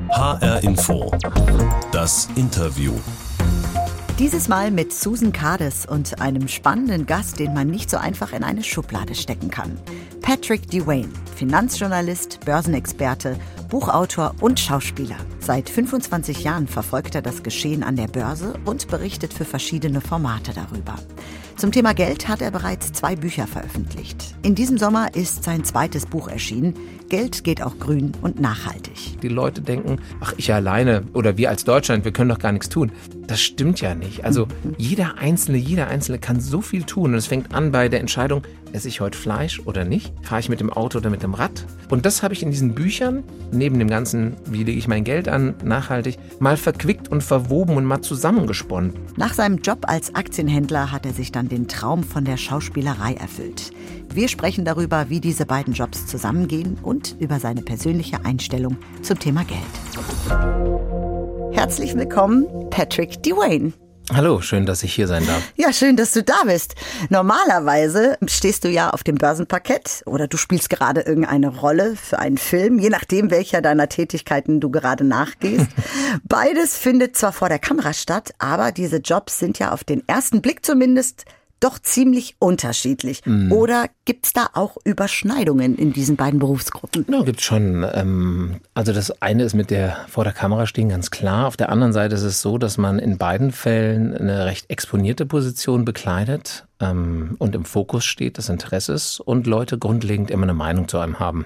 HR Info. Das Interview. Dieses Mal mit Susan Cades und einem spannenden Gast, den man nicht so einfach in eine Schublade stecken kann. Patrick Dewayne, Finanzjournalist, Börsenexperte, Buchautor und Schauspieler. Seit 25 Jahren verfolgt er das Geschehen an der Börse und berichtet für verschiedene Formate darüber. Zum Thema Geld hat er bereits 2 Bücher veröffentlicht. In diesem Sommer ist sein zweites Buch erschienen. Geld geht auch grün und nachhaltig. Die Leute denken, ach, ich alleine oder wir als Deutschland, wir können doch gar nichts tun. Das stimmt ja nicht. Also jeder Einzelne kann so viel tun. Und es fängt an bei der Entscheidung, esse ich heute Fleisch oder nicht? Fahre ich mit dem Auto oder mit dem Rad? Und das habe ich in diesen Büchern, neben dem Ganzen, wie lege ich mein Geld an, nachhaltig, mal verquickt und verwoben und mal zusammengesponnen. Nach seinem Job als Aktienhändler hat er sich dann den Traum von der Schauspielerei erfüllt. Wir sprechen darüber, wie diese beiden Jobs zusammengehen und über seine persönliche Einstellung zum Thema Geld. Herzlich willkommen, Patrick Dewayne. Hallo, schön, dass ich hier sein darf. Ja, schön, dass du da bist. Normalerweise stehst du ja auf dem Börsenparkett oder du spielst gerade irgendeine Rolle für einen Film, je nachdem, welcher deiner Tätigkeiten du gerade nachgehst. Beides findet zwar vor der Kamera statt, aber diese Jobs sind ja auf den ersten Blick zumindest doch ziemlich unterschiedlich. Oder gibt's da auch Überschneidungen in diesen beiden Berufsgruppen? Ja, gibt's schon. Also das eine ist mit der vor der Kamera stehen, ganz klar. Auf der anderen Seite ist es so, dass man in beiden Fällen eine recht exponierte Position bekleidet und im Fokus steht des Interesses und Leute grundlegend immer eine Meinung zu einem haben.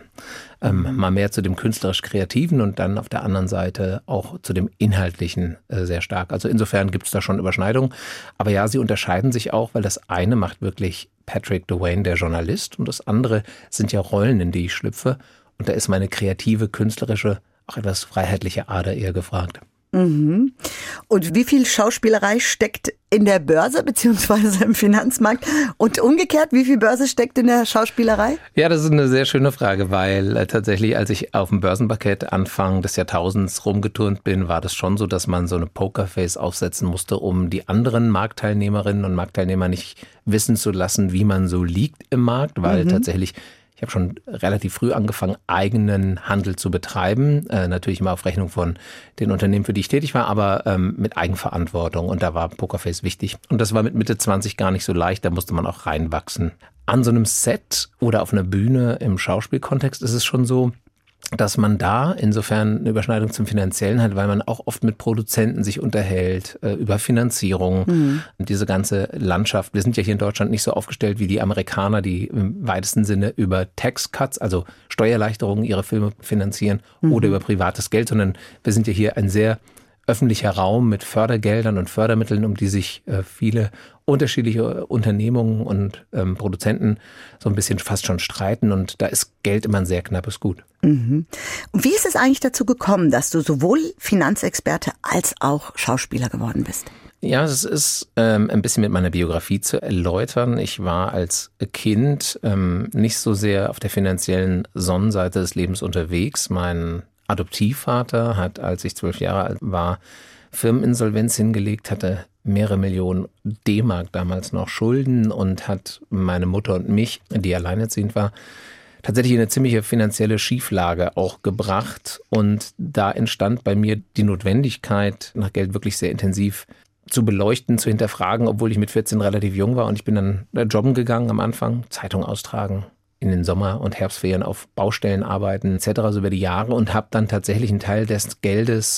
Mal mehr zu dem künstlerisch-kreativen und dann auf der anderen Seite auch zu dem Inhaltlichen sehr stark. Also insofern gibt es da schon Überschneidungen. Aber ja, sie unterscheiden sich auch, weil das eine macht wirklich Patrick Dewayne, der Journalist, und das andere sind ja Rollen, in die ich schlüpfe. Und da ist meine kreative, künstlerische, auch etwas freiheitliche Ader eher gefragt. Mhm. Und wie viel Schauspielerei steckt in der Börse bzw. im Finanzmarkt? Und umgekehrt, wie viel Börse steckt in der Schauspielerei? Ja, das ist eine sehr schöne Frage, weil tatsächlich, als ich auf dem Börsenparkett Anfang des Jahrtausends rumgeturnt bin, war das schon so, dass man so eine Pokerface aufsetzen musste, um die anderen Marktteilnehmerinnen und Marktteilnehmer nicht wissen zu lassen, wie man so liegt im Markt, weil tatsächlich ich habe schon relativ früh angefangen, eigenen Handel zu betreiben. Natürlich immer auf Rechnung von den Unternehmen, für die ich tätig war, aber mit Eigenverantwortung. Und da war Pokerface wichtig. Und das war mit Mitte 20 gar nicht so leicht. Da musste man auch reinwachsen. An so einem Set oder auf einer Bühne im Schauspielkontext ist es schon so, dass man da insofern eine Überschneidung zum Finanziellen hat, weil man auch oft mit Produzenten sich unterhält, über Finanzierung und diese ganze Landschaft. Wir sind ja hier in Deutschland nicht so aufgestellt wie die Amerikaner, die im weitesten Sinne über Tax Cuts, also Steuererleichterungen, ihre Filme finanzieren oder über privates Geld, sondern wir sind ja hier ein sehr öffentlicher Raum mit Fördergeldern und Fördermitteln, um die sich viele unterschiedliche Unternehmungen und Produzenten so ein bisschen fast schon streiten. Und da ist Geld immer ein sehr knappes Gut. Mhm. Und wie ist es eigentlich dazu gekommen, dass du sowohl Finanzexperte als auch Schauspieler geworden bist? Ja, es ist ein bisschen mit meiner Biografie zu erläutern. Ich war als Kind nicht so sehr auf der finanziellen Sonnenseite des Lebens unterwegs. Mein Adoptivvater hat, als ich 12 Jahre alt war, Firmeninsolvenz hingelegt, hatte mehrere Millionen D-Mark damals noch Schulden und hat meine Mutter und mich, die alleinerziehend war, tatsächlich in eine ziemliche finanzielle Schieflage auch gebracht. Und da entstand bei mir die Notwendigkeit, nach Geld wirklich sehr intensiv zu beleuchten, zu hinterfragen, obwohl ich mit 14 relativ jung war. Und ich bin dann jobben gegangen am Anfang, Zeitung austragen, in den Sommer- und Herbstferien auf Baustellen arbeiten etc. so über die Jahre und habe dann tatsächlich einen Teil des Geldes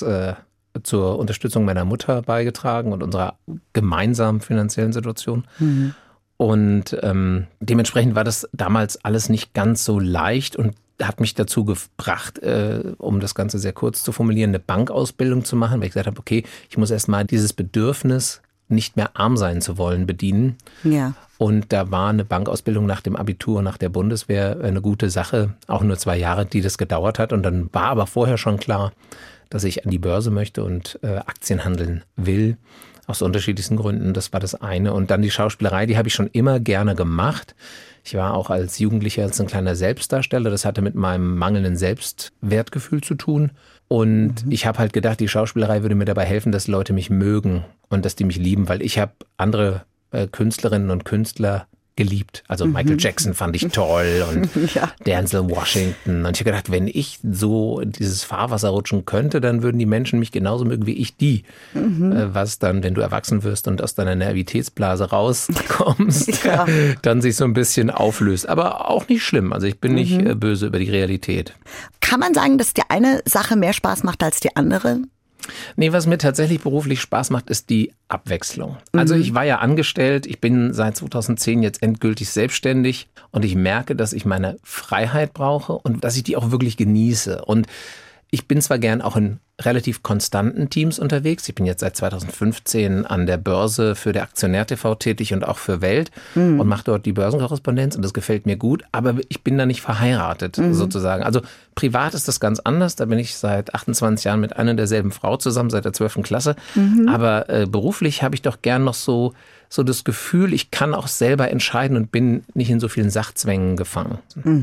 zur Unterstützung meiner Mutter beigetragen und unserer gemeinsamen finanziellen Situation. Und dementsprechend war das damals alles nicht ganz so leicht und hat mich dazu gebracht, um das Ganze sehr kurz zu formulieren, eine Bankausbildung zu machen, weil ich gesagt habe, okay, ich muss erst mal dieses Bedürfnis, nicht mehr arm sein zu wollen, bedienen. Ja. Und da war eine Bankausbildung nach dem Abitur, nach der Bundeswehr eine gute Sache. Auch nur 2 Jahre, die das gedauert hat. Und dann war aber vorher schon klar, dass ich an die Börse möchte und Aktien handeln will. Aus unterschiedlichsten Gründen. Das war das eine. Und dann die Schauspielerei, die habe ich schon immer gerne gemacht. Ich war auch als Jugendlicher als ein kleiner Selbstdarsteller. Das hatte mit meinem mangelnden Selbstwertgefühl zu tun. Und ich habe halt gedacht, die Schauspielerei würde mir dabei helfen, dass Leute mich mögen und dass die mich lieben, weil ich habe andere Künstlerinnen und Künstler geliebt. Also Michael Jackson fand ich toll und Denzel Washington. Und ich habe gedacht, wenn ich so dieses Fahrwasser rutschen könnte, dann würden die Menschen mich genauso mögen wie ich die. Was dann, wenn du erwachsen wirst und aus deiner Nervitätsblase rauskommst, dann sich so ein bisschen auflöst. Aber auch nicht schlimm. Also ich bin nicht böse über die Realität. Kann man sagen, dass dir eine Sache mehr Spaß macht als die andere? Nee, was mir tatsächlich beruflich Spaß macht, ist die Abwechslung. Also ich war ja angestellt, ich bin seit 2010 jetzt endgültig selbstständig und ich merke, dass ich meine Freiheit brauche und dass ich die auch wirklich genieße. Und ich bin zwar gern auch in relativ konstanten Teams unterwegs. Ich bin jetzt seit 2015 an der Börse für der Aktionär TV tätig und auch für Welt und mache dort die Börsenkorrespondenz und das gefällt mir gut. Aber ich bin da nicht verheiratet sozusagen. Also privat ist das ganz anders. Da bin ich seit 28 Jahren mit einer und derselben Frau zusammen, seit der 12. Klasse. Aber beruflich habe ich doch gern noch so das Gefühl, ich kann auch selber entscheiden und bin nicht in so vielen Sachzwängen gefangen.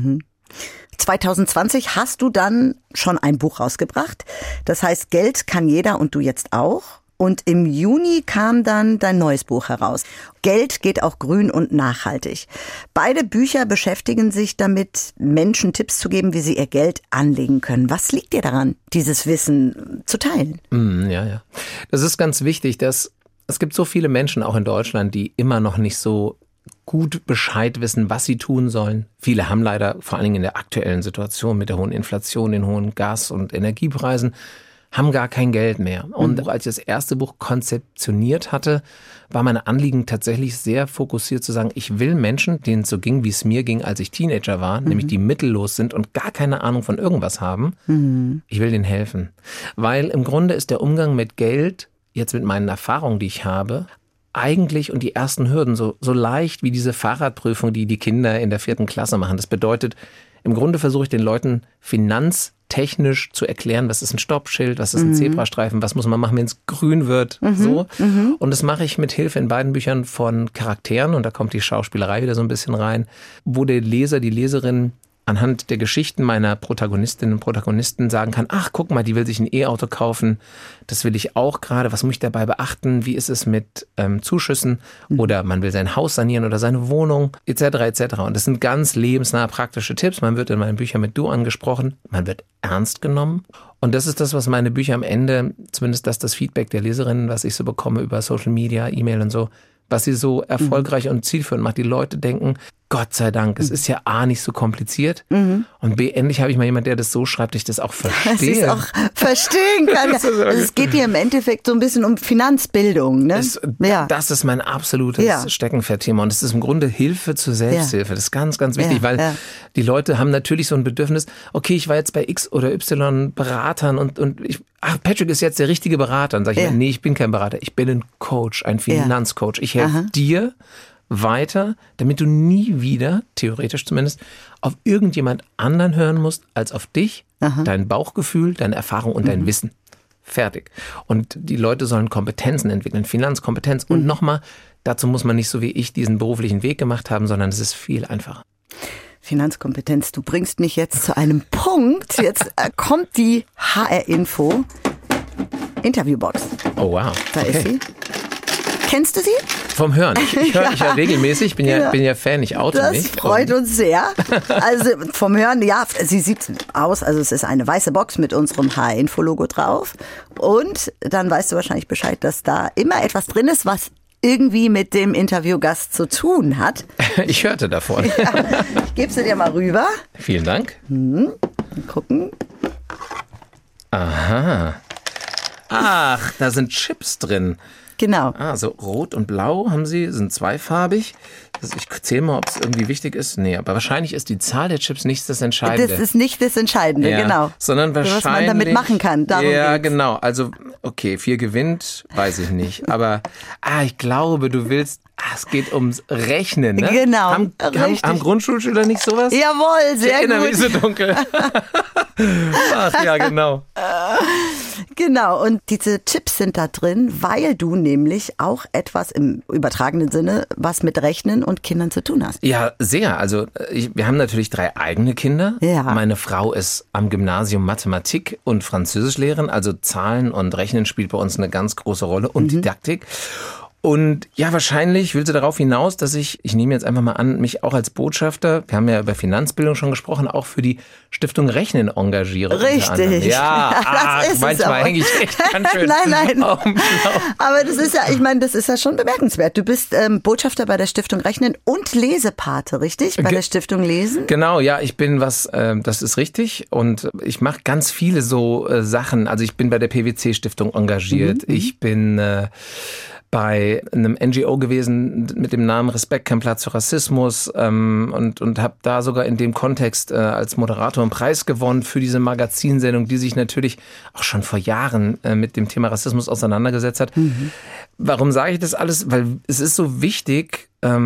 2020 hast du dann schon ein Buch rausgebracht. Das heißt, Geld kann jeder und du jetzt auch. Und im Juni kam dann dein neues Buch heraus. Geld geht auch grün und nachhaltig. Beide Bücher beschäftigen sich damit, Menschen Tipps zu geben, wie sie ihr Geld anlegen können. Was liegt dir daran, dieses Wissen zu teilen? Ja. Das ist ganz wichtig, dass es gibt so viele Menschen auch in Deutschland, die immer noch nicht so gut Bescheid wissen, was sie tun sollen. Viele haben leider, vor allen Dingen in der aktuellen Situation mit der hohen Inflation, den hohen Gas- und Energiepreisen, haben gar kein Geld mehr. Und auch als ich das erste Buch konzeptioniert hatte, war mein Anliegen tatsächlich sehr fokussiert zu sagen, ich will Menschen, denen es so ging, wie es mir ging, als ich Teenager war, nämlich die mittellos sind und gar keine Ahnung von irgendwas haben, ich will denen helfen. Weil im Grunde ist der Umgang mit Geld, jetzt mit meinen Erfahrungen, die ich habe, eigentlich und die ersten Hürden so leicht wie diese Fahrradprüfung, die Kinder in der 4. Klasse machen. Das bedeutet, im Grunde versuche ich den Leuten finanztechnisch zu erklären, was ist ein Stoppschild, was ist ein Zebrastreifen, was muss man machen, wenn es grün wird. So. Und das mache ich mit Hilfe in beiden Büchern von Charakteren, und da kommt die Schauspielerei wieder so ein bisschen rein, wo der Leser, die Leserin anhand der Geschichten meiner Protagonistinnen und Protagonisten sagen kann, ach, guck mal, die will sich ein E-Auto kaufen, das will ich auch gerade, was muss ich dabei beachten, wie ist es mit Zuschüssen oder man will sein Haus sanieren oder seine Wohnung, etc. Und das sind ganz lebensnahe praktische Tipps. Man wird in meinen Büchern mit Du angesprochen, man wird ernst genommen. Und das ist das, was meine Bücher am Ende, zumindest das Feedback der Leserinnen, was ich so bekomme über Social Media, E-Mail und so, was sie so erfolgreich und zielführend macht. Die Leute denken, Gott sei Dank, es ist ja A, nicht so kompliziert und B, endlich habe ich mal jemand, der das so schreibt, dass ich das auch verstehe. Dass ich es auch verstehen kann. Also es geht hier im Endeffekt so ein bisschen um Finanzbildung. Ne? Das ist mein absolutes Steckenpferdthema und es ist im Grunde Hilfe zur Selbsthilfe. Das ist ganz, ganz wichtig, weil die Leute haben natürlich so ein Bedürfnis, okay, ich war jetzt bei X oder Y Beratern und Patrick ist jetzt der richtige Berater. Dann sage ich, nee, ich bin kein Berater, ich bin ein Coach, ein Finanzcoach. Ich helfe dir weiter, damit du nie wieder, theoretisch zumindest, auf irgendjemand anderen hören musst, als auf dich, dein Bauchgefühl, deine Erfahrung und dein Wissen. Fertig. Und die Leute sollen Kompetenzen entwickeln, Finanzkompetenz. Und nochmal, dazu muss man nicht so wie ich diesen beruflichen Weg gemacht haben, sondern es ist viel einfacher. Finanzkompetenz, du bringst mich jetzt zu einem Punkt. Jetzt kommt die HR-Info Interviewbox. Oh wow. Da ist sie. Kennst du sie? Vom Hören. Ich höre regelmäßig, bin ja Fan, ich oute mich. Das freut uns sehr. Also vom Hören, ja, sie sieht aus, also es ist eine weiße Box mit unserem HR-Info-Logo drauf. Und dann weißt du wahrscheinlich Bescheid, dass da immer etwas drin ist, was irgendwie mit dem Interviewgast zu tun hat. Ich hörte davon. Ja, ich gebe sie dir mal rüber. Vielen Dank. Mal gucken. Aha. Ach, da sind Chips drin. Genau. So rot und blau sind zweifarbig. Ich zähle mal, ob es irgendwie wichtig ist. Nee, aber wahrscheinlich ist die Zahl der Chips nicht das Entscheidende. Das ist nicht das Entscheidende, genau. Sondern wahrscheinlich, was man damit machen kann. Darum geht's. Genau. Also, okay, 4 gewinnt, weiß ich nicht. Aber, ich glaube, du willst, es geht ums Rechnen, ne? Genau, Haben Grundschulschüler nicht sowas? Jawohl, sehr gut. Ich erinnere mich so dunkel. Ach ja, genau. Genau, und diese Chips sind da drin, weil du nämlich auch etwas im übertragenen Sinne, was mit Rechnen und Kindern zu tun hast. Ja, sehr. Also wir haben natürlich 3 eigene Kinder. Ja. Meine Frau ist am Gymnasium Mathematik und Französischlehrerin, also Zahlen und Rechnen spielt bei uns eine ganz große Rolle und Didaktik. Und ja, wahrscheinlich willst du darauf hinaus, dass ich nehme jetzt einfach mal an, mich auch als Botschafter, wir haben ja über Finanzbildung schon gesprochen, auch für die Stiftung Rechnen engagiere. Richtig. Ja, das ist manchmal hänge ich echt ganz schön Nein. auf dem Schlauch. Aber das ist ja, ich meine, das ist ja schon bemerkenswert. Du bist Botschafter bei der Stiftung Rechnen und Lesepate, richtig? Bei der Stiftung Lesen? Genau, ja, ich bin das ist richtig. Und ich mache ganz viele so Sachen. Also ich bin bei der PwC-Stiftung engagiert. Ich bin bei einem NGO gewesen mit dem Namen Respekt, kein Platz für Rassismus und habe da sogar in dem Kontext als Moderator einen Preis gewonnen für diese Magazinsendung, die sich natürlich auch schon vor Jahren mit dem Thema Rassismus auseinandergesetzt hat. Warum sage ich das alles? Weil es ist so wichtig,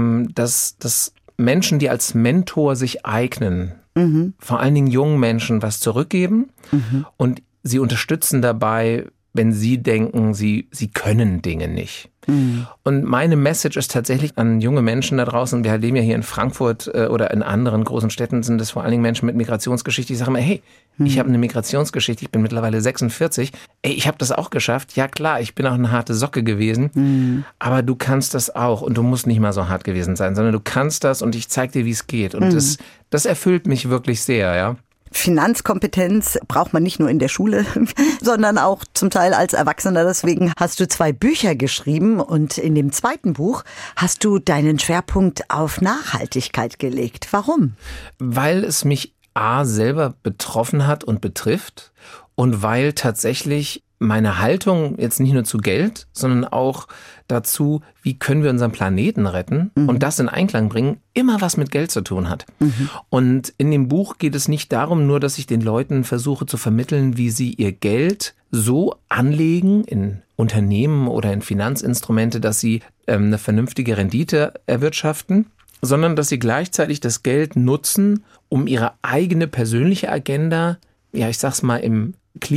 dass Menschen, die als Mentor sich eignen, vor allen Dingen jungen Menschen was zurückgeben und sie unterstützen dabei, wenn sie denken, sie können Dinge nicht. Und meine Message ist tatsächlich an junge Menschen da draußen, wir leben ja hier in Frankfurt oder in anderen großen Städten, sind das vor allen Dingen Menschen mit Migrationsgeschichte. Ich sage mal, hey, ich habe eine Migrationsgeschichte, ich bin mittlerweile 46. Ey, ich habe das auch geschafft. Ja klar, ich bin auch eine harte Socke gewesen, aber du kannst das auch und du musst nicht mal so hart gewesen sein, sondern du kannst das und ich zeige dir, wie es geht. Und das erfüllt mich wirklich sehr, ja. Finanzkompetenz braucht man nicht nur in der Schule, sondern auch zum Teil als Erwachsener. Deswegen hast du 2 Bücher geschrieben und in dem zweiten Buch hast du deinen Schwerpunkt auf Nachhaltigkeit gelegt. Warum? Weil es mich selber betroffen hat und betrifft und weil tatsächlich meine Haltung jetzt nicht nur zu Geld, sondern auch dazu, wie können wir unseren Planeten retten und das in Einklang bringen, immer was mit Geld zu tun hat. Und in dem Buch geht es nicht darum, nur dass ich den Leuten versuche zu vermitteln, wie sie ihr Geld so anlegen in Unternehmen oder in Finanzinstrumente, dass sie eine vernünftige Rendite erwirtschaften, sondern dass sie gleichzeitig das Geld nutzen, um ihre eigene persönliche Agenda, ja, ich sag's mal, im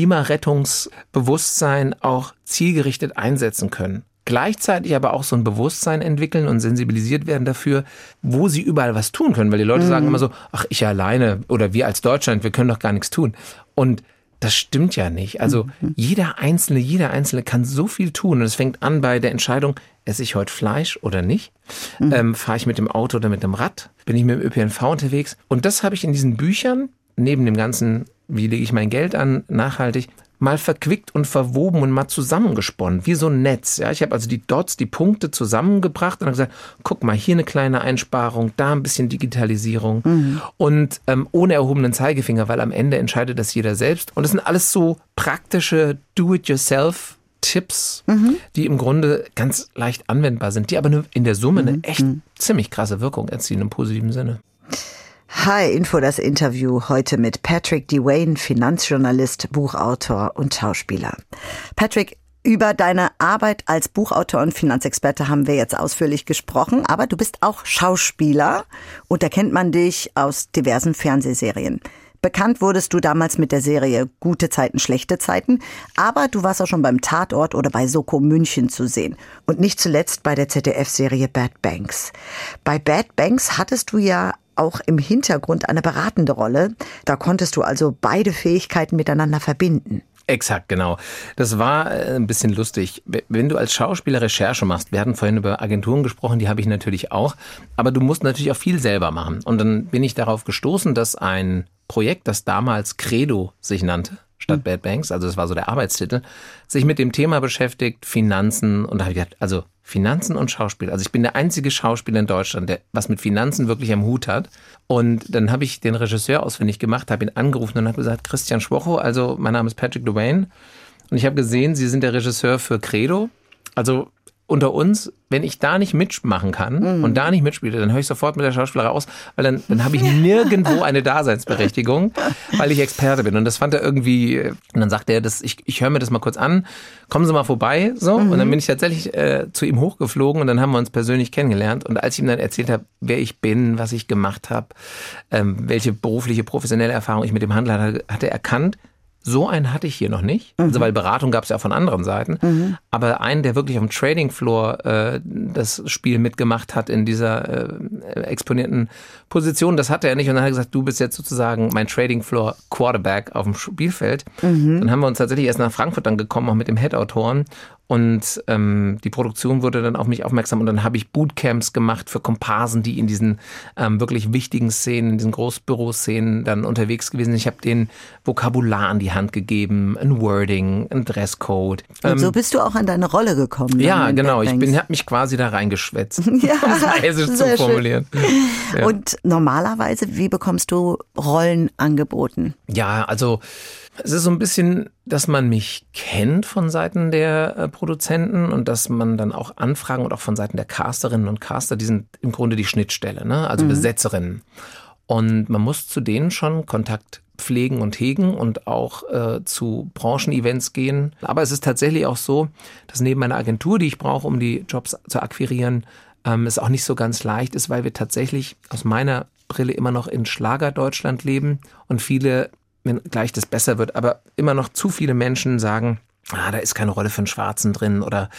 Klimarettungsbewusstsein auch zielgerichtet einsetzen können. Gleichzeitig aber auch so ein Bewusstsein entwickeln und sensibilisiert werden dafür, wo sie überall was tun können. Weil die Leute sagen immer so, ach, ich alleine oder wir als Deutschland, wir können doch gar nichts tun. Und das stimmt ja nicht. Also jeder Einzelne kann so viel tun. Und es fängt an bei der Entscheidung, esse ich heute Fleisch oder nicht? Fahre ich mit dem Auto oder mit dem Rad? Bin ich mit dem ÖPNV unterwegs? Und das habe ich in diesen Büchern, neben dem ganzen, wie lege ich mein Geld an, nachhaltig, mal verquickt und verwoben und mal zusammengesponnen, wie so ein Netz. Ja, ich habe also die Dots, die Punkte zusammengebracht und habe gesagt, guck mal, hier eine kleine Einsparung, da ein bisschen Digitalisierung und ohne erhobenen Zeigefinger, weil am Ende entscheidet das jeder selbst. Und das sind alles so praktische Do-it-yourself-Tipps, die im Grunde ganz leicht anwendbar sind, die aber in der Summe eine echt ziemlich krasse Wirkung erzielen im positiven Sinne. Hi, Info, das Interview heute mit Patrick Dewayne, Finanzjournalist, Buchautor und Schauspieler. Patrick, über deine Arbeit als Buchautor und Finanzexperte haben wir jetzt ausführlich gesprochen, aber du bist auch Schauspieler und da kennt man dich aus diversen Fernsehserien. Bekannt wurdest du damals mit der Serie Gute Zeiten, schlechte Zeiten, aber du warst auch schon beim Tatort oder bei Soko München zu sehen. Und nicht zuletzt bei der ZDF-Serie Bad Banks. Bei Bad Banks hattest du ja auch im Hintergrund eine beratende Rolle. Da konntest du also beide Fähigkeiten miteinander verbinden. Exakt, genau. Das war ein bisschen lustig. Wenn du als Schauspieler Recherche machst, wir hatten vorhin über Agenturen gesprochen, die habe ich natürlich auch, aber du musst natürlich auch viel selber machen. Und dann bin ich darauf gestoßen, dass ein Projekt, das damals Credo sich nannte, statt Bad Banks, also das war so der Arbeitstitel, sich mit dem Thema beschäftigt, Finanzen, und da habe ich gedacht, also Finanzen und Schauspiel. Also ich bin der einzige Schauspieler in Deutschland, der was mit Finanzen wirklich am Hut hat. Und dann habe ich den Regisseur ausfindig gemacht, habe ihn angerufen und habe gesagt, Christian Schwocho, also mein Name ist Patrick Dewayne und ich habe gesehen, Sie sind der Regisseur für Credo. Also unter uns, wenn ich da nicht mitmachen kann und da nicht mitspiele, dann höre ich sofort mit der Schauspielerei aus, weil dann habe ich nirgendwo eine Daseinsberechtigung, weil ich Experte bin. Und das fand er irgendwie, und dann sagte er, ich höre mir das mal kurz an, kommen Sie mal vorbei, so. Und dann bin ich tatsächlich zu ihm hochgeflogen und dann haben wir uns persönlich kennengelernt. Und als ich ihm dann erzählt habe, wer ich bin, was ich gemacht habe, welche berufliche, professionelle Erfahrung ich mit dem Handel hatte, hat er erkannt, so einen hatte ich hier noch nicht, also weil Beratung gab es ja von anderen Seiten, aber einen, der wirklich auf dem Trading Floor das Spiel mitgemacht hat in dieser exponierten Position, das hatte er nicht und dann hat er gesagt, du bist jetzt sozusagen mein Trading Floor Quarterback auf dem Spielfeld. Dann haben wir uns tatsächlich erst nach Frankfurt dann gekommen, auch mit dem Head-Autoren Und die Produktion wurde dann auf mich aufmerksam und dann habe ich Bootcamps gemacht für Komparsen, die in diesen wirklich wichtigen Szenen, in diesen Großbüroszenen dann unterwegs gewesen sind. Ich habe denen Vokabular an die Hand gegeben, ein Wording, ein Dresscode. Und so bist du auch an deine Rolle gekommen. Ja, genau. Ich habe mich quasi da reingeschwätzt, ja, um es hessisch zu formulieren. Ja. Und normalerweise, wie bekommst du Rollen angeboten? Ja, also es ist so ein bisschen, dass man mich kennt von Seiten der Produzenten und dass man dann auch Anfragen und auch von Seiten der Casterinnen und Caster, die sind im Grunde die Schnittstelle, ne? Also Besetzerinnen. Und man muss zu denen schon Kontakt pflegen und hegen und auch zu Branchenevents gehen. Aber es ist tatsächlich auch so, dass neben meiner Agentur, die ich brauche, um die Jobs zu akquirieren, es auch nicht so ganz leicht ist, weil wir tatsächlich aus meiner Brille immer noch in Schlagerdeutschland leben und viele, wenn gleich das besser wird, aber immer noch zu viele Menschen sagen, da ist keine Rolle für einen Schwarzen drin oder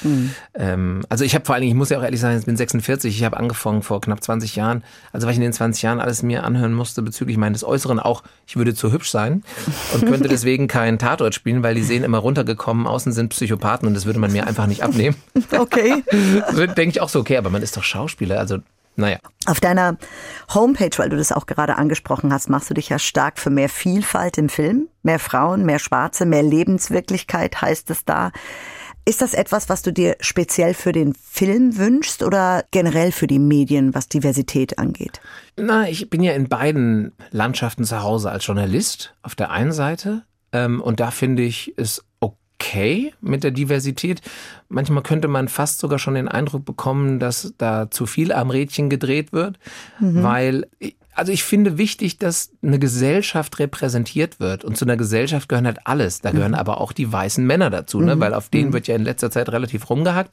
also ich habe vor allen Dingen, ich muss ja auch ehrlich sagen, ich bin 46, ich habe angefangen vor knapp 20 Jahren, also weil ich in den 20 Jahren alles mir anhören musste bezüglich meines Äußeren auch, ich würde zu hübsch sein und könnte deswegen keinen Tatort spielen, weil die sehen immer runtergekommen, außen sind Psychopathen und das würde man mir einfach nicht abnehmen. Okay. So denke ich auch so, okay, aber man ist doch Schauspieler, also naja. Auf deiner Homepage, weil du das auch gerade angesprochen hast, machst du dich ja stark für mehr Vielfalt im Film. Mehr Frauen, mehr Schwarze, mehr Lebenswirklichkeit heißt es da. Ist das etwas, was du dir speziell für den Film wünschst oder generell für die Medien, was Diversität angeht? Na, ich bin ja in beiden Landschaften zu Hause als Journalist auf der einen Seite und da finde ich es okay mit der Diversität. Manchmal könnte man fast sogar schon den Eindruck bekommen, dass da zu viel am Rädchen gedreht wird, weil ich finde wichtig, dass eine Gesellschaft repräsentiert wird und zu einer Gesellschaft gehören halt alles. Da gehören aber auch die weißen Männer dazu, ne? Weil auf denen wird ja in letzter Zeit relativ rumgehackt.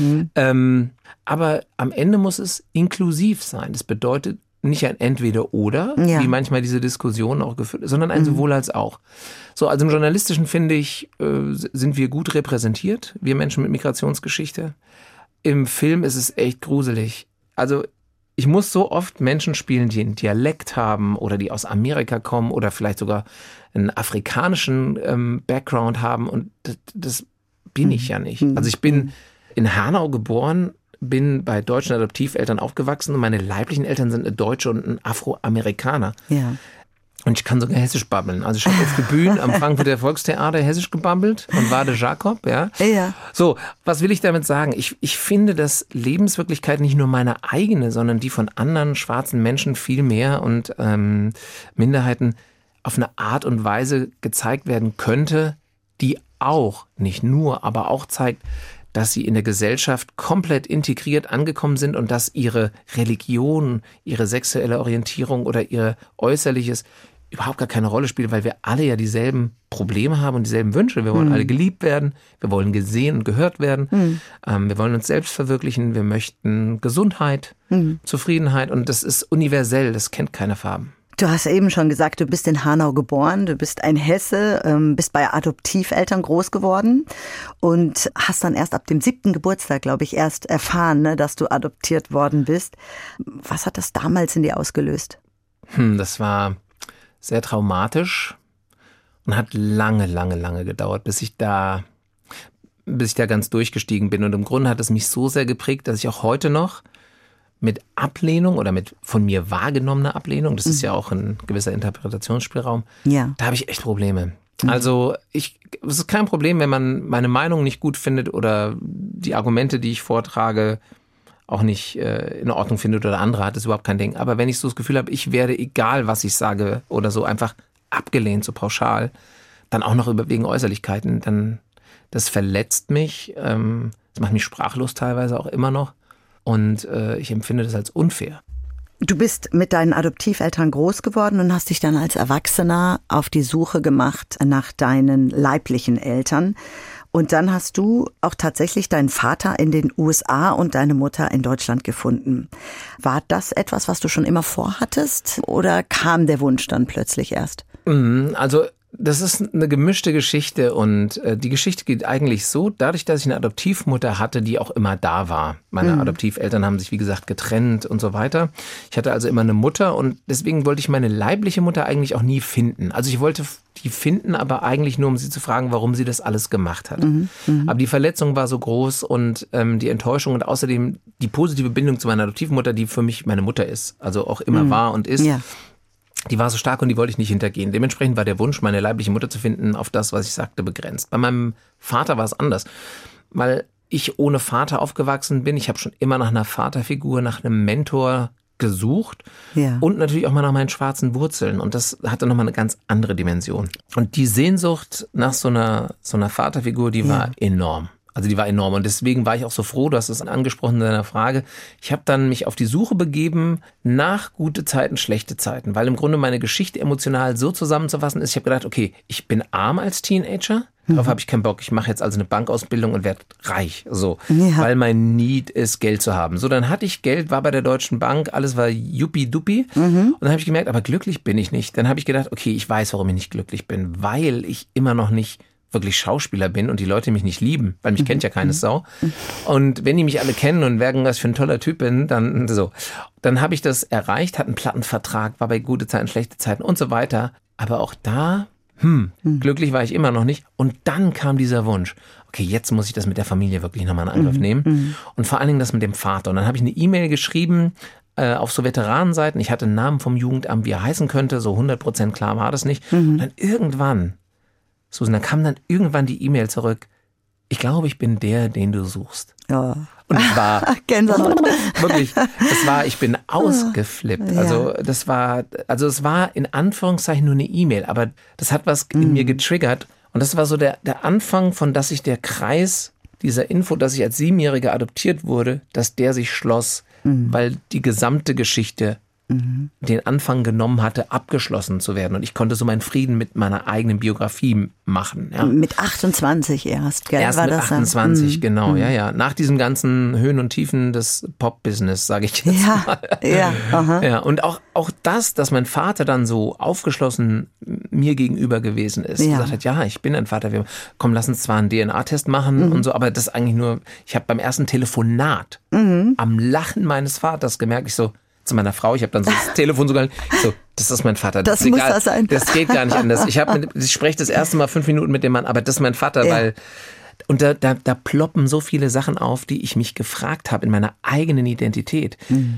Aber am Ende muss es inklusiv sein. Das bedeutet nicht ein Entweder-Oder, wie manchmal diese Diskussion auch geführt ist, sondern ein sowohl als auch. So, also im Journalistischen finde ich, sind wir gut repräsentiert, wir Menschen mit Migrationsgeschichte. Im Film ist es echt gruselig. Also ich muss so oft Menschen spielen, die einen Dialekt haben oder die aus Amerika kommen oder vielleicht sogar einen afrikanischen Background haben und das bin ich ja nicht. Also ich bin in Hanau geboren, bin bei deutschen Adoptiveltern aufgewachsen und meine leiblichen Eltern sind eine Deutsche und ein Afroamerikaner. Ja. Und ich kann sogar Hessisch babbeln. Also ich habe auf Bühnen am Frankfurter Volkstheater Hessisch gebabbelt und war der Jakob, ja. So, was will ich damit sagen? Ich finde, dass Lebenswirklichkeit nicht nur meine eigene, sondern die von anderen schwarzen Menschen viel mehr und Minderheiten auf eine Art und Weise gezeigt werden könnte, die auch, nicht nur, aber auch zeigt, dass sie in der Gesellschaft komplett integriert angekommen sind und dass ihre Religion, ihre sexuelle Orientierung oder ihr Äußerliches überhaupt gar keine Rolle spielt, weil wir alle ja dieselben Probleme haben und dieselben Wünsche. Wir wollen alle geliebt werden, wir wollen gesehen und gehört werden, wir wollen uns selbst verwirklichen, wir möchten Gesundheit, Zufriedenheit und das ist universell, das kennt keine Farben. Du hast eben schon gesagt, du bist in Hanau geboren, du bist ein Hesse, bist bei Adoptiveltern groß geworden und hast dann erst ab dem 7. Geburtstag, glaube ich, erst erfahren, ne, dass du adoptiert worden bist. Was hat das damals in dir ausgelöst? Das war sehr traumatisch und hat lange gedauert, bis ich da ganz durchgestiegen bin. Und im Grunde hat es mich so sehr geprägt, dass ich auch heute noch mit Ablehnung oder mit von mir wahrgenommener Ablehnung, das ist ja auch ein gewisser Interpretationsspielraum, da habe ich echt Probleme. Also es ist kein Problem, wenn man meine Meinung nicht gut findet oder die Argumente, die ich vortrage, auch nicht in Ordnung findet oder andere hat, ist überhaupt kein Ding. Aber wenn ich so das Gefühl habe, ich werde, egal was ich sage oder so, einfach abgelehnt, so pauschal, dann auch noch wegen Äußerlichkeiten, dann das verletzt mich, das macht mich sprachlos teilweise auch immer noch. Und ich empfinde das als unfair. Du bist mit deinen Adoptiveltern groß geworden und hast dich dann als Erwachsener auf die Suche gemacht nach deinen leiblichen Eltern. Und dann hast du auch tatsächlich deinen Vater in den USA und deine Mutter in Deutschland gefunden. War das etwas, was du schon immer vorhattest oder kam der Wunsch dann plötzlich erst? Also Das ist eine gemischte Geschichte und die Geschichte geht eigentlich so, dadurch, dass ich eine Adoptivmutter hatte, die auch immer da war. Meine Adoptiveltern haben sich, wie gesagt, getrennt und so weiter. Ich hatte also immer eine Mutter und deswegen wollte ich meine leibliche Mutter eigentlich auch nie finden. Also ich wollte die finden, aber eigentlich nur, um sie zu fragen, warum sie das alles gemacht hat. Aber die Verletzung war so groß und die Enttäuschung und außerdem die positive Bindung zu meiner Adoptivmutter, die für mich meine Mutter ist, also auch immer war und ist. Ja. Die war so stark und die wollte ich nicht hintergehen. Dementsprechend war der Wunsch, meine leibliche Mutter zu finden, auf das, was ich sagte, begrenzt. Bei meinem Vater war es anders, weil ich ohne Vater aufgewachsen bin. Ich habe schon immer nach einer Vaterfigur, nach einem Mentor gesucht und natürlich auch mal nach meinen schwarzen Wurzeln. Und das hatte nochmal eine ganz andere Dimension. Und die Sehnsucht nach so einer Vaterfigur, die war enorm. Also die war enorm und deswegen war ich auch so froh, du hast es angesprochen in deiner Frage. Ich habe dann mich auf die Suche begeben nach gute Zeiten, schlechte Zeiten, weil im Grunde meine Geschichte emotional so zusammenzufassen ist, ich habe gedacht, okay, ich bin arm als Teenager, darauf habe ich keinen Bock, ich mache jetzt also eine Bankausbildung und werde reich, so, weil mein Need ist, Geld zu haben. So, dann hatte ich Geld, war bei der Deutschen Bank, alles war yuppie-duppie und dann habe ich gemerkt, aber glücklich bin ich nicht. Dann habe ich gedacht, okay, ich weiß, warum ich nicht glücklich bin, weil ich immer noch nicht wirklich Schauspieler bin und die Leute mich nicht lieben, weil mich kennt ja keine Sau. Und wenn die mich alle kennen und merken, was für ein toller Typ bin, dann so. Dann habe ich das erreicht, hatte einen Plattenvertrag, war bei gute Zeiten, schlechte Zeiten und so weiter. Aber auch da, glücklich war ich immer noch nicht. Und dann kam dieser Wunsch, okay, jetzt muss ich das mit der Familie wirklich nochmal in Angriff nehmen. Und vor allen Dingen das mit dem Vater. Und dann habe ich eine E-Mail geschrieben, auf so Veteranenseiten. Ich hatte einen Namen vom Jugendamt, wie er heißen könnte. So 100% klar war das nicht. Und dann irgendwann, Susan, da kam dann irgendwann die E-Mail zurück. Ich glaube, ich bin der, den du suchst. Ja. Und es war wirklich, ich bin ausgeflippt. Ja. Also es war in Anführungszeichen nur eine E-Mail, aber das hat was in mir getriggert. Und das war so der Anfang von, dass sich der Kreis dieser Info, dass ich als 7-Jähriger adoptiert wurde, dass der sich schloss, weil die gesamte Geschichte den Anfang genommen hatte, abgeschlossen zu werden. Und ich konnte so meinen Frieden mit meiner eigenen Biografie machen. Ja. Mit 28 erst, gell? Erst war mit das 28, genau. Ja. Nach diesem ganzen Höhen und Tiefen des Pop-Business, sage ich jetzt mal. Ja, und auch das, dass mein Vater dann so aufgeschlossen mir gegenüber gewesen ist. Gesagt hat, ja, ich bin ein Vater. Komm, lass uns zwar einen DNA-Test machen und so, aber das eigentlich nur, ich habe beim ersten Telefonat am Lachen meines Vaters gemerkt, ich so, zu meiner Frau, ich habe dann so das Telefon sogar so, das ist mein Vater. Das muss das sein. Das geht gar nicht anders. Ich spreche das erste Mal 5 Minuten mit dem Mann, aber das ist mein Vater, weil und da ploppen so viele Sachen auf, die ich mich gefragt habe in meiner eigenen Identität.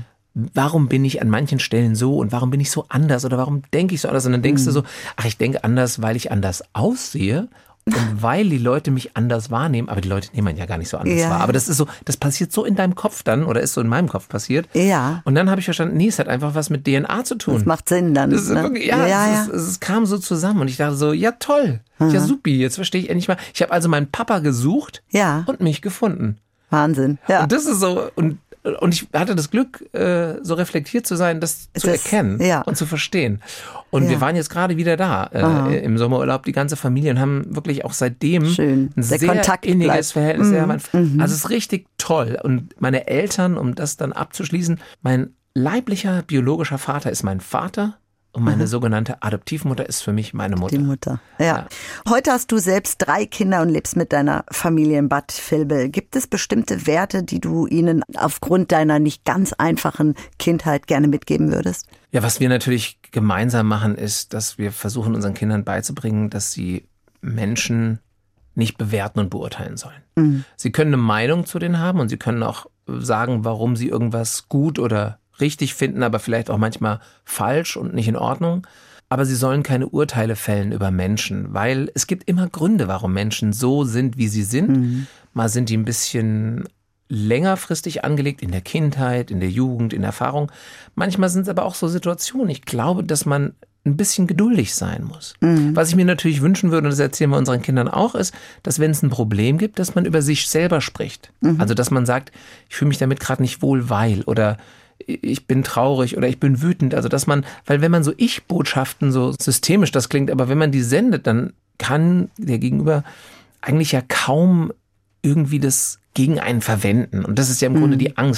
Warum bin ich an manchen Stellen so und warum bin ich so anders oder warum denke ich so anders? Und dann denkst du so, ach, ich denke anders, weil ich anders aussehe. Und weil die Leute mich anders wahrnehmen, aber die Leute nehmen man ja gar nicht so anders wahr. Aber das ist so, das passiert so in deinem Kopf dann, oder ist so in meinem Kopf passiert. Ja. Und dann habe ich verstanden, nee, es hat einfach was mit DNA zu tun. Das macht Sinn dann. Das ist wirklich, es kam so zusammen und ich dachte so, ja toll, ja supi, jetzt verstehe ich endlich mal. Ich habe also meinen Papa gesucht und mich gefunden. Wahnsinn. Ja. Und das ist so, und ich hatte das Glück, so reflektiert zu sein, das zu erkennen und zu verstehen. Und wir waren jetzt gerade wieder da im Sommerurlaub, die ganze Familie, und haben wirklich auch seitdem ein sehr inniges Verhältnis. Also es ist richtig toll. Und meine Eltern, um das dann abzuschließen, mein leiblicher, biologischer Vater ist mein Vater. Und meine sogenannte Adoptivmutter ist für mich meine Mutter. Die Mutter, ja. Heute hast du selbst 3 Kinder und lebst mit deiner Familie in Bad Vilbel. Gibt es bestimmte Werte, die du ihnen aufgrund deiner nicht ganz einfachen Kindheit gerne mitgeben würdest? Ja, was wir natürlich gemeinsam machen, ist, dass wir versuchen, unseren Kindern beizubringen, dass sie Menschen nicht bewerten und beurteilen sollen. Sie können eine Meinung zu denen haben und sie können auch sagen, warum sie irgendwas gut oder richtig finden, aber vielleicht auch manchmal falsch und nicht in Ordnung. Aber sie sollen keine Urteile fällen über Menschen, weil es gibt immer Gründe, warum Menschen so sind, wie sie sind. Mal sind die ein bisschen längerfristig angelegt in der Kindheit, in der Jugend, in der Erfahrung. Manchmal sind es aber auch so Situationen. Ich glaube, dass man ein bisschen geduldig sein muss. Was ich mir natürlich wünschen würde, und das erzählen wir unseren Kindern auch, ist, dass wenn es ein Problem gibt, dass man über sich selber spricht. Also, dass man sagt, ich fühle mich damit gerade nicht wohl, weil, oder ich bin traurig oder ich bin wütend. Also dass man, weil wenn man so Ich-Botschaften, so systemisch das klingt, aber wenn man die sendet, dann kann der Gegenüber eigentlich ja kaum irgendwie das gegen einen verwenden. Und das ist ja im Grunde die Angst.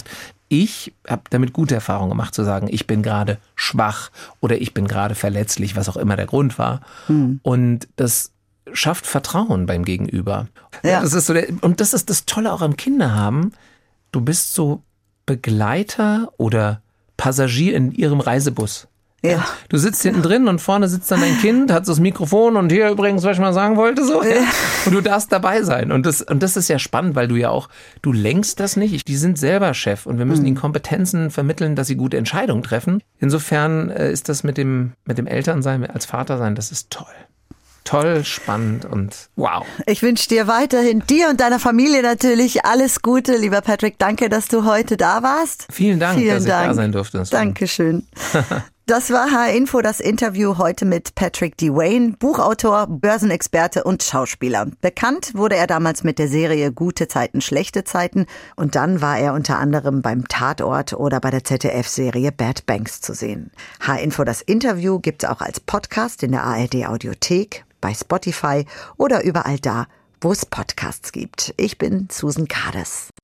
ich habe damit gute Erfahrungen gemacht, zu sagen, ich bin gerade schwach oder ich bin gerade verletzlich, was auch immer der Grund war. Und das schafft Vertrauen beim Gegenüber. Ja. Das ist so und das ist das Tolle auch am Kinderhaben. Du bist so Begleiter oder Passagier in ihrem Reisebus. Ja. Du sitzt hinten drin und vorne sitzt dann dein Kind, hat so das Mikrofon und hier übrigens, was ich mal sagen wollte, so. Ja. Und du darfst dabei sein. Und das ist ja spannend, weil du lenkst das nicht. Die sind selber Chef und wir müssen ihnen Kompetenzen vermitteln, dass sie gute Entscheidungen treffen. Insofern ist das mit dem Elternsein, als Vatersein, das ist toll. Toll, spannend und wow. Ich wünsche dir weiterhin, dir und deiner Familie natürlich alles Gute. Lieber Patrick, danke, dass du heute da warst. Vielen Dank, dass ich da sein durfte. Dankeschön. Das war HR-Info, das Interview heute mit Patrick Dewayne, Buchautor, Börsenexperte und Schauspieler. Bekannt wurde er damals mit der Serie Gute Zeiten, schlechte Zeiten und dann war er unter anderem beim Tatort oder bei der ZDF-Serie Bad Banks zu sehen. HR-Info, das Interview gibt's auch als Podcast in der ARD-Audiothek, bei Spotify oder überall da, wo es Podcasts gibt. Ich bin Susan Kades.